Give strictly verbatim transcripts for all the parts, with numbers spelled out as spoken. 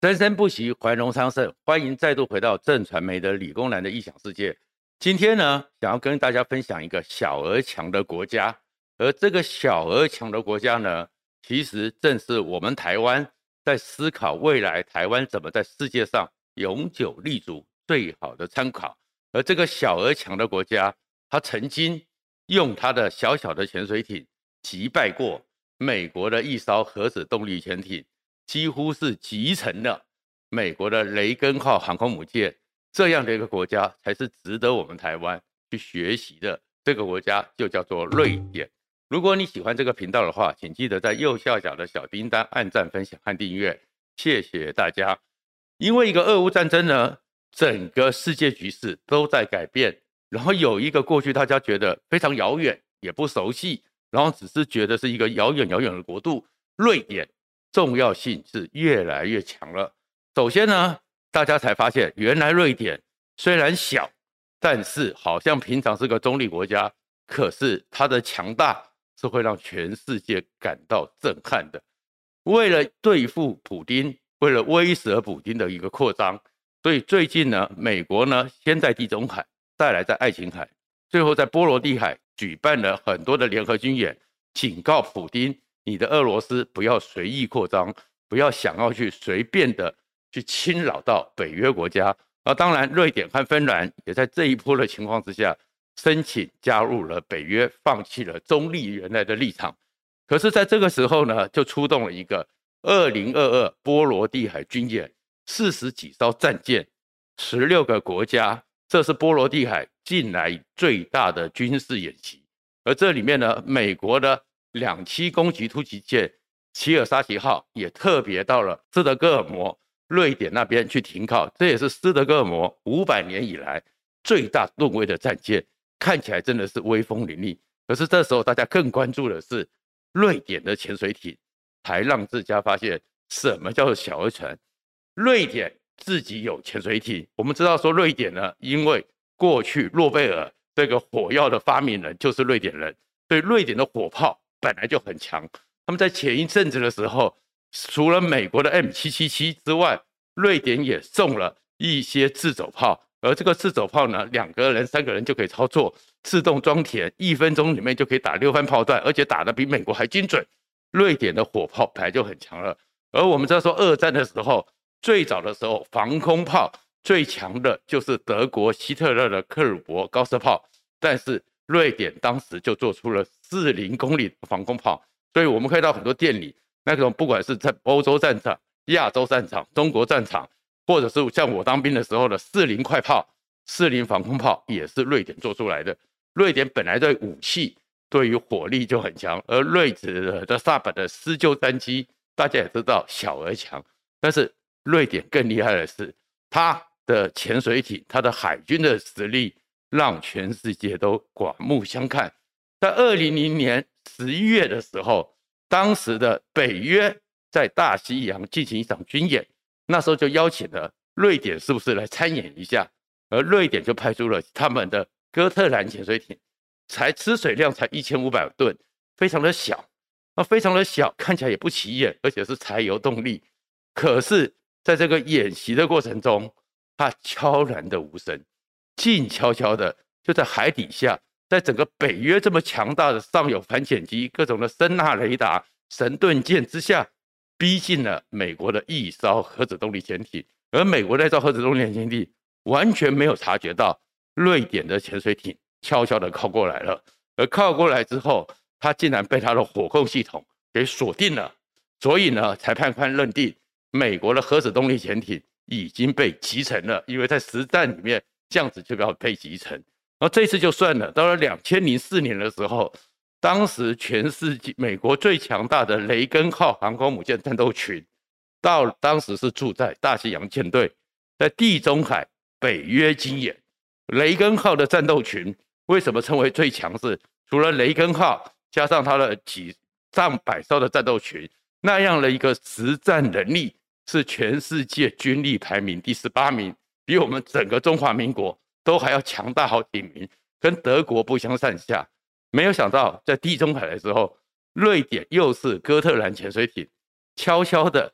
生生不息，繁荣昌盛。欢迎再度回到正传媒的理工男的异想世界。今天呢，想要跟大家分享一个小而强的国家，而这个小而强的国家呢，其实正是我们台湾在思考未来台湾怎么在世界上永久立足最好的参考。而这个小而强的国家，它曾经用它的小小的潜水艇击败过美国的一艘核子动力潜艇。几乎是集成了美国的雷根号航空母舰，这样的一个国家才是值得我们台湾去学习的。这个国家就叫做瑞典。如果你喜欢这个频道的话，请记得在右下角的小叮当按赞、分享和订阅，谢谢大家。因为一个俄乌战争呢，整个世界局势都在改变，然后有一个过去大家觉得非常遥远，也不熟悉，然后只是觉得是一个遥远遥远的国度，瑞典重要性是越来越强了。首先呢，大家才发现原来瑞典虽然小，但是好像平常是个中立国家，可是它的强大是会让全世界感到震撼的。为了对付普丁，为了威慑普丁的一个扩张，所以最近呢，美国呢先在地中海，再来在爱琴海，最后在波罗的海举办了很多的联合军演，警告普丁，你的俄罗斯不要随意扩张，不要想要去随便的去侵扰到北约国家。而当然，瑞典和芬兰也在这一波的情况之下，申请加入了北约，放弃了中立原来的立场。可是在这个时候呢，就出动了一个二零二二波罗的海军演，四十几艘战舰，十六个国家，这是波罗的海近来最大的军事演习。而这里面呢，美国的两栖攻击突击舰齐尔沙奇号也特别到了斯德哥尔摩瑞典那边去停靠，这也是斯德哥尔摩五百年以来最大吨位的战舰，看起来真的是威风凛凛。可是这时候大家更关注的是瑞典的潜水艇，才让大家发现什么叫做小而强。瑞典自己有潜水艇，我们知道说瑞典呢，因为过去诺贝尔这个火药的发明人就是瑞典人，所以瑞典的火炮本来就很强。他们在前一阵子的时候，除了美国的 M 七七七 之外，瑞典也送了一些自走炮，而这个自走炮呢，两个人三个人就可以操作，自动装填，一分钟里面就可以打六发炮弹，而且打得比美国还精准。瑞典的火炮本来就很强了。而我们知道说二战的时候，最早的时候防空炮最强的就是德国希特勒的克虏伯高射炮，但是瑞典当时就做出了四零公里的防空炮，所以我们看到很多电影，那种不管是在欧洲战场、亚洲战场、中国战场，或者是像我当兵的时候的四零快炮、四零防空炮，也是瑞典做出来的。瑞典本来对武器、对于火力就很强，而瑞典的 Saab 的施救战机，大家也知道小而强，但是瑞典更厉害的是，它的潜水艇、它的海军的实力，让全世界都刮目相看。在二零零零年十一月的时候，当时的北约在大西洋进行一场军演，那时候就邀请了瑞典是不是来参演一下，而瑞典就派出了他们的哥特兰潜水艇，才吃水量才一千五百吨，非常的小，非常的小，看起来也不起眼，而且是柴油动力。可是在这个演习的过程中，它悄然的无声，静悄悄的就在海底下，在整个北约这么强大的上有反潜机、各种的声纳雷达、神盾舰之下，逼近了美国的一艘核子动力潜艇。而美国那艘核子动力潜艇完全没有察觉到瑞典的潜水艇悄悄的靠过来了，而靠过来之后，它竟然被它的火控系统给锁定了。所以呢，裁判官认定美国的核子动力潜艇已经被击沉了，因为在实战里面这样子就要被击沉。然后这次就算了，到了两千零四年的时候，当时全世界美国最强大的雷根号航空母舰战斗群，到当时是住在大西洋舰队，在地中海北约军演。雷根号的战斗群为什么称为最强势？除了雷根号加上它的几上百艘的战斗群，那样的一个实战能力是全世界军力排名第十八名，比我们整个中华民国都还要强大好几名，跟德国不相上下。没有想到在地中海的时候，瑞典又是哥特兰潜水艇悄悄的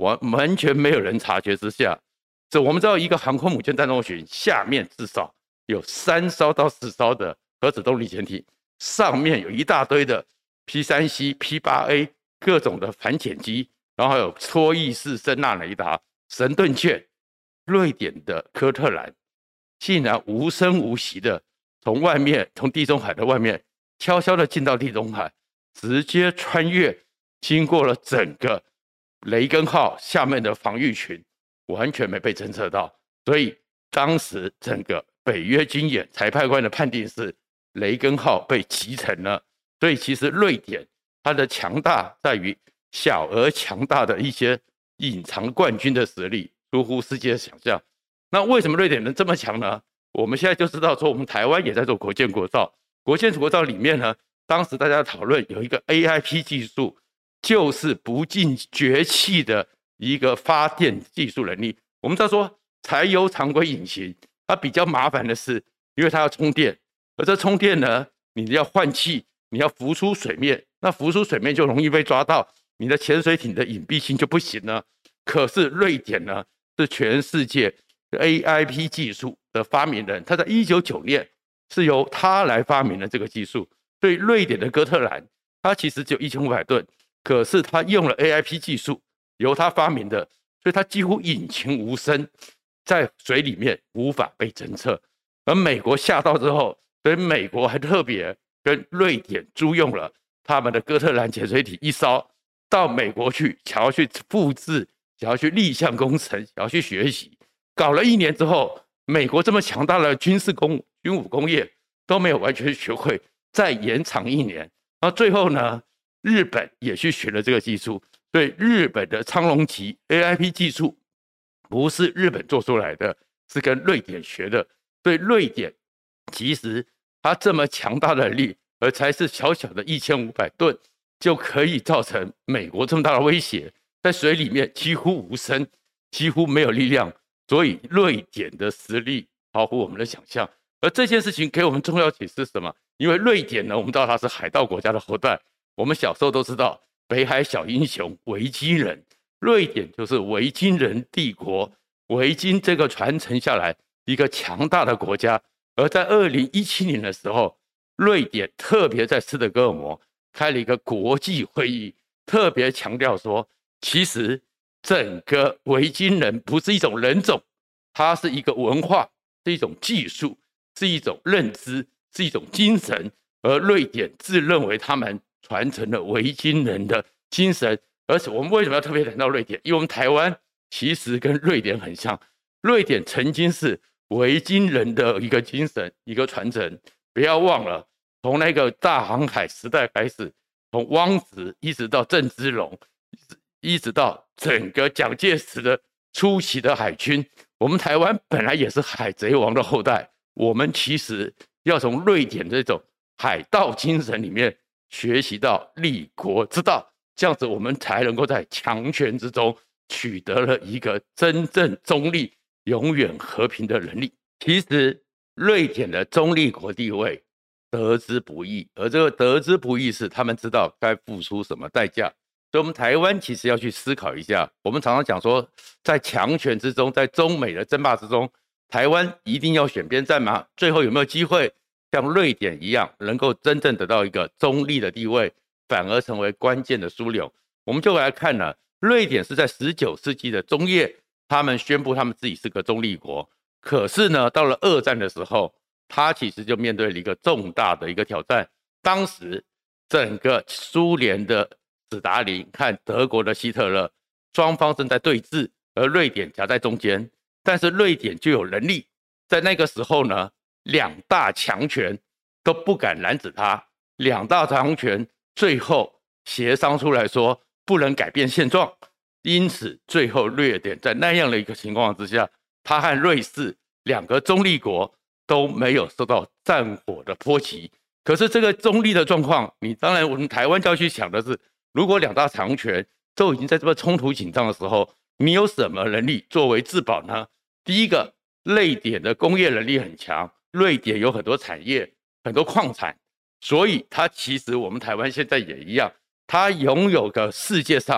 完完全没有人察觉之下，这我们知道一个航空母舰战斗群下面至少有三艘到四艘的核子动力潜艇，上面有一大堆的 P 三 C、P 八 A 各种的反潜机，然后还有拖曳式声纳雷达、神盾舰。瑞典的科特兰竟然无声无息的从外面，从地中海的外面悄悄的进到地中海，直接穿越，经过了整个雷根号下面的防御群，完全没被侦测到。所以当时整个北约军演裁判官的判定是雷根号被击沉了。所以其实瑞典它的强大在于小而强大的一些隐藏冠军的实力，出乎世界的想象。那为什么瑞典能这么强呢？我们现在就知道说，我们台湾也在做国建国造，国建国造里面呢，当时大家讨论有一个 A I P 技术，就是不进绝气的一个发电技术能力。我们知道说，柴油常规引擎它比较麻烦的是，因为它要充电，而这充电呢，你要换气，你要浮出水面，那浮出水面就容易被抓到，你的潜水艇的隐蔽性就不行了。可是瑞典呢，是全世界 A I P 技术的发明人，他在一九九年是由他来发明了这个技术。所以瑞典的哥特兰，它其实只有一千五百吨，可是他用了 A I P 技术，由他发明的，所以它几乎引擎无声，在水里面无法被侦测。而美国吓到之后，所以美国还特别跟瑞典租用了他们的哥特兰潜水艇一艘，到美国去，想要去复制，想要去立项工程，想要去学习。搞了一年之后，美国这么强大的军事工军武工业都没有完全学会，再延长一年。然后最后呢，日本也去学了这个技术，所以日本的苍龙级 A I P 技术不是日本做出来的，是跟瑞典学的。所以瑞典其实它这么强大的力，而才是小小的一千五百吨，就可以造成美国这么大的威胁，在水里面几乎无声，几乎没有力量。所以瑞典的实力超乎我们的想象。而这件事情给我们重要启示是什么？因为瑞典呢，我们知道它是海盗国家的后代，我们小时候都知道北海小英雄维京人，瑞典就是维京人帝国，维京这个传承下来一个强大的国家。而在二零一七年的时候，瑞典特别在斯德哥尔摩开了一个国际会议，特别强调说，其实整个维京人不是一种人种，它是一个文化，是一种技术，是一种认知，是一种精神。而瑞典自认为他们传承了维京人的精神。而且我们为什么要特别谈到瑞典？因为我们台湾其实跟瑞典很像，瑞典曾经是维京人的一个精神，一个传承。不要忘了，从那个大航海时代开始，从汪直一直到郑芝龙，一直到整个蒋介石的初期的海军，我们台湾本来也是海贼王的后代。我们其实要从瑞典这种海盗精神里面学习到立国之道，这样子我们才能够在强权之中取得了一个真正中立、永远和平的能力。其实瑞典的中立国地位得之不易，而这个得之不易是他们知道该付出什么代价。所以我们台湾其实要去思考一下，我们常常讲说，在强权之中，在中美的争霸之中，台湾一定要选边站吗？最后有没有机会像瑞典一样，能够真正得到一个中立的地位，反而成为关键的枢纽？我们就来看了，瑞典是在十九世纪的中叶，他们宣布他们自己是个中立国。可是呢，到了二战的时候，他其实就面对了一个重大的一个挑战。当时整个苏联的斯大林和德国的希特勒双方正在对峙，而瑞典夹在中间。但是瑞典就有能力，在那个时候呢，两大强权都不敢拦止他，两大强权最后协商出来说不能改变现状，因此最后瑞典在那样的一个情况之下，他和瑞士两个中立国都没有受到战火的波及。可是这个中立的状况，你当然我们台湾就要去想的是，如果两大强权都已经在这么冲突紧张的时候，你有什么能力作为自保呢？第一个，瑞典的工业能力很强，瑞典有很多产业，很多矿产，所以它其实我们台湾现在也一样，它拥有个世界上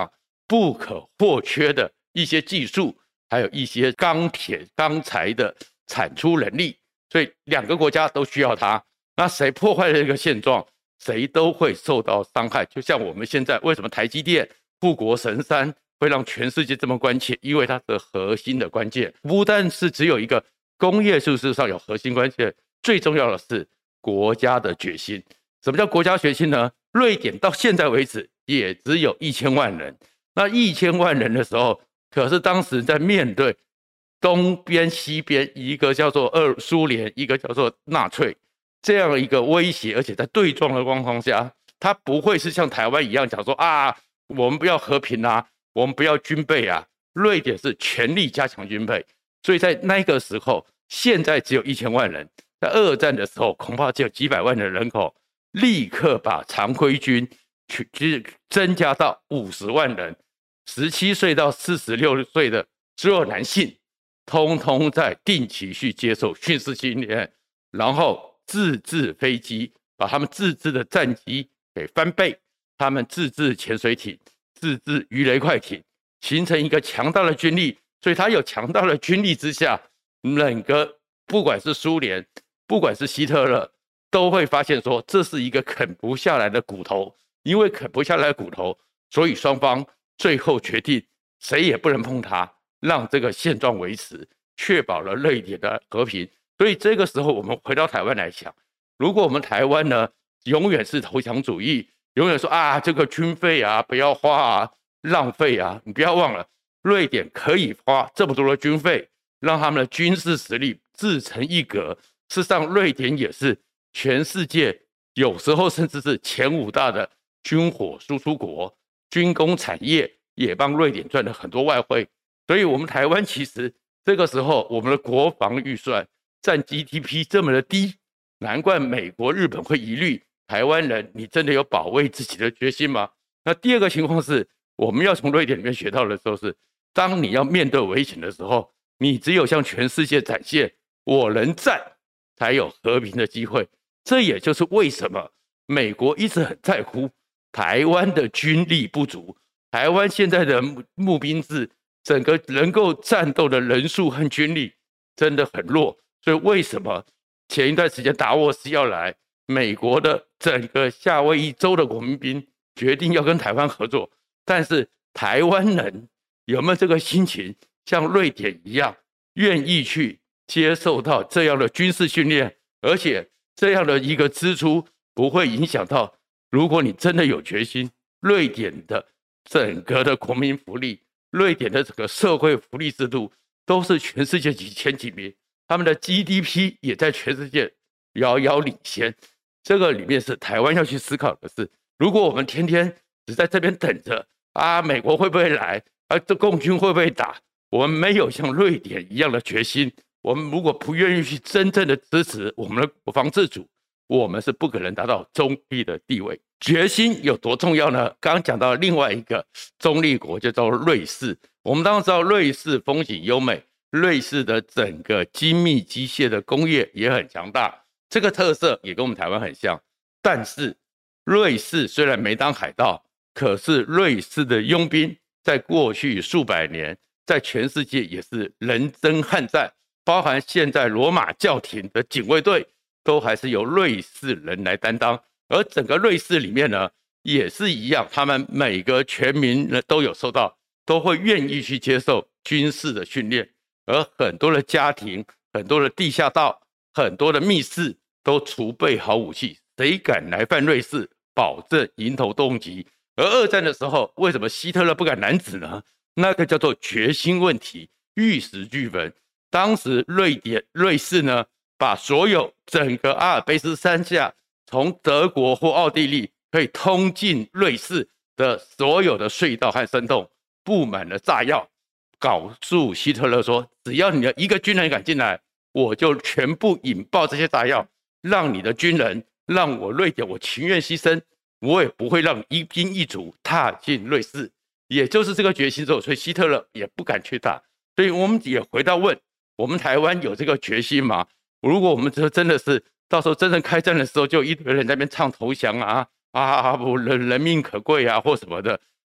不可或缺的一些技术，还有一些钢铁、钢材的产出能力，所以两个国家都需要它。那谁破坏了这个现状，谁都会受到伤害。就像我们现在为什么台积电护国神山会让全世界这么关切，因为它的核心的关键不但是只有一个工业技术上有核心关键，最重要的是国家的决心。什么叫国家决心呢？瑞典到现在为止也只有一千万人，那一千万人的时候，可是当时在面对东边西边，一个叫做二苏联，一个叫做纳粹这样一个威胁，而且在对撞的状况下，他不会是像台湾一样讲说啊，我们不要和平啊，我们不要军备啊。瑞典是全力加强军备，所以在那个时候，现在只有一千万人，在二战的时候恐怕只有几百万的人口，立刻把常规军去增加到五十万人，十七岁到四十六岁的所有男性，通通在定期去接受军事训练，然后自制飞机，把他们自制的战机给翻倍，他们自制潜水艇，自制鱼雷快艇，形成一个强大的军力。所以他有强大的军力之下，整个不管是苏联，不管是希特勒，都会发现说这是一个啃不下来的骨头。因为啃不下来的骨头，所以双方最后决定谁也不能碰它，让这个现状维持，确保了瑞典的和平。所以这个时候我们回到台湾来想，如果我们台湾呢永远是投降主义，永远说啊这个军费啊不要花啊，浪费啊，你不要忘了瑞典可以花这么多的军费，让他们的军事实力自成一格。事实上瑞典也是全世界有时候甚至是前五大的军火输出国，军工产业也帮瑞典赚了很多外汇。所以我们台湾其实这个时候我们的国防预算占 G D P 这么的低，难怪美国日本会疑虑台湾人你真的有保卫自己的决心吗？那第二个情况是我们要从瑞典里面学到的时候是，当你要面对危险的时候，你只有向全世界展现我能战，才有和平的机会。这也就是为什么美国一直很在乎台湾的军力不足，台湾现在的募兵制，整个能够战斗的人数和军力真的很弱。所以为什么前一段时间达沃斯要来，美国的整个夏威夷州的国民兵决定要跟台湾合作，但是台湾人有没有这个心情像瑞典一样愿意去接受到这样的军事训练，而且这样的一个支出不会影响到，如果你真的有决心，瑞典的整个的国民福利，瑞典的整个社会福利制度都是全世界几前几名，他们的 G D P 也在全世界遥遥领先。这个里面是台湾要去思考的是，如果我们天天只在这边等着啊，美国会不会来啊，这共军会不会打，我们没有像瑞典一样的决心，我们如果不愿意去真正的支持我们的国防自主，我们是不可能达到中立的地位。决心有多重要呢？刚刚讲到另外一个中立国就叫瑞士，我们当然知道瑞士风景优美，瑞士的整个精密机械的工业也很强大，这个特色也跟我们台湾很像。但是瑞士虽然没当海盗，可是瑞士的佣兵在过去数百年在全世界也是人争汉战，包含现在罗马教廷的警卫队都还是由瑞士人来担当。而整个瑞士里面呢也是一样，他们每个全民都有受到，都会愿意去接受军事的训练，而很多的家庭，很多的地下道，很多的密室都储备好武器，谁敢来犯瑞士，保证迎头痛击。而二战的时候，为什么希特勒不敢南子呢？那个叫做决心问题，玉石俱焚。当时瑞典、瑞士呢，把所有整个阿尔卑斯山下，从德国或奥地利可以通进瑞士的所有的隧道和山洞，布满了炸药，告诉希特勒说，只要你的一个军人敢进来，我就全部引爆这些炸药，让你的军人，让我瑞典，我情愿牺牲，我也不会让一兵一卒踏进瑞士。也就是这个决心之后，所以希特勒也不敢去打。所以我们也回到问，我们台湾有这个决心吗？如果我们真的是到时候真正开战的时候，就一堆人在那边唱投降啊啊不人人命可贵啊或什么的，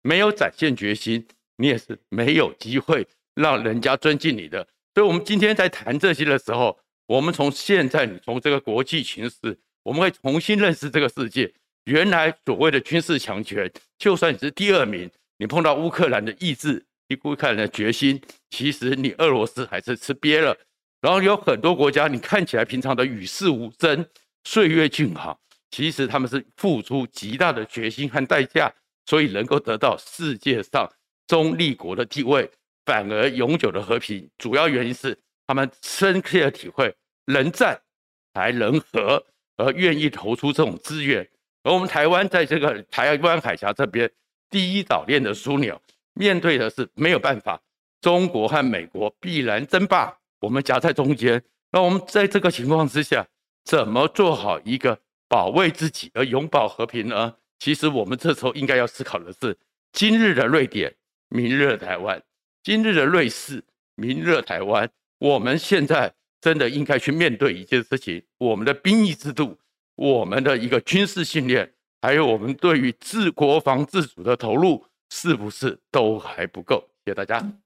没有展现决心，你也是没有机会让人家尊敬你的。所以，我们今天在谈这些的时候，我们从现在，你从这个国际情势，我们会重新认识这个世界。原来所谓的军事强权，就算你是第二名，你碰到乌克兰的意志、乌克兰的决心，其实你俄罗斯还是吃瘪了。然后有很多国家，你看起来平常的与世无争、岁月静好，其实他们是付出极大的决心和代价，所以能够得到世界上中立国的地位，反而永久的和平。主要原因是他们深刻的体会能战才能和，而愿意投出这种资源。而我们台湾在这个台湾海峡这边第一岛链的枢纽，面对的是没有办法，中国和美国必然争霸，我们夹在中间。那我们在这个情况之下，怎么做好一个保卫自己而拥抱和平呢？其实我们这时候应该要思考的是，今日的瑞典，明日的台湾；今日的瑞士，明日的台湾。我们现在真的应该去面对一件事情：我们的兵役制度，我们的一个军事训练，还有我们对于自国防自主的投入，是不是都还不够？谢谢大家。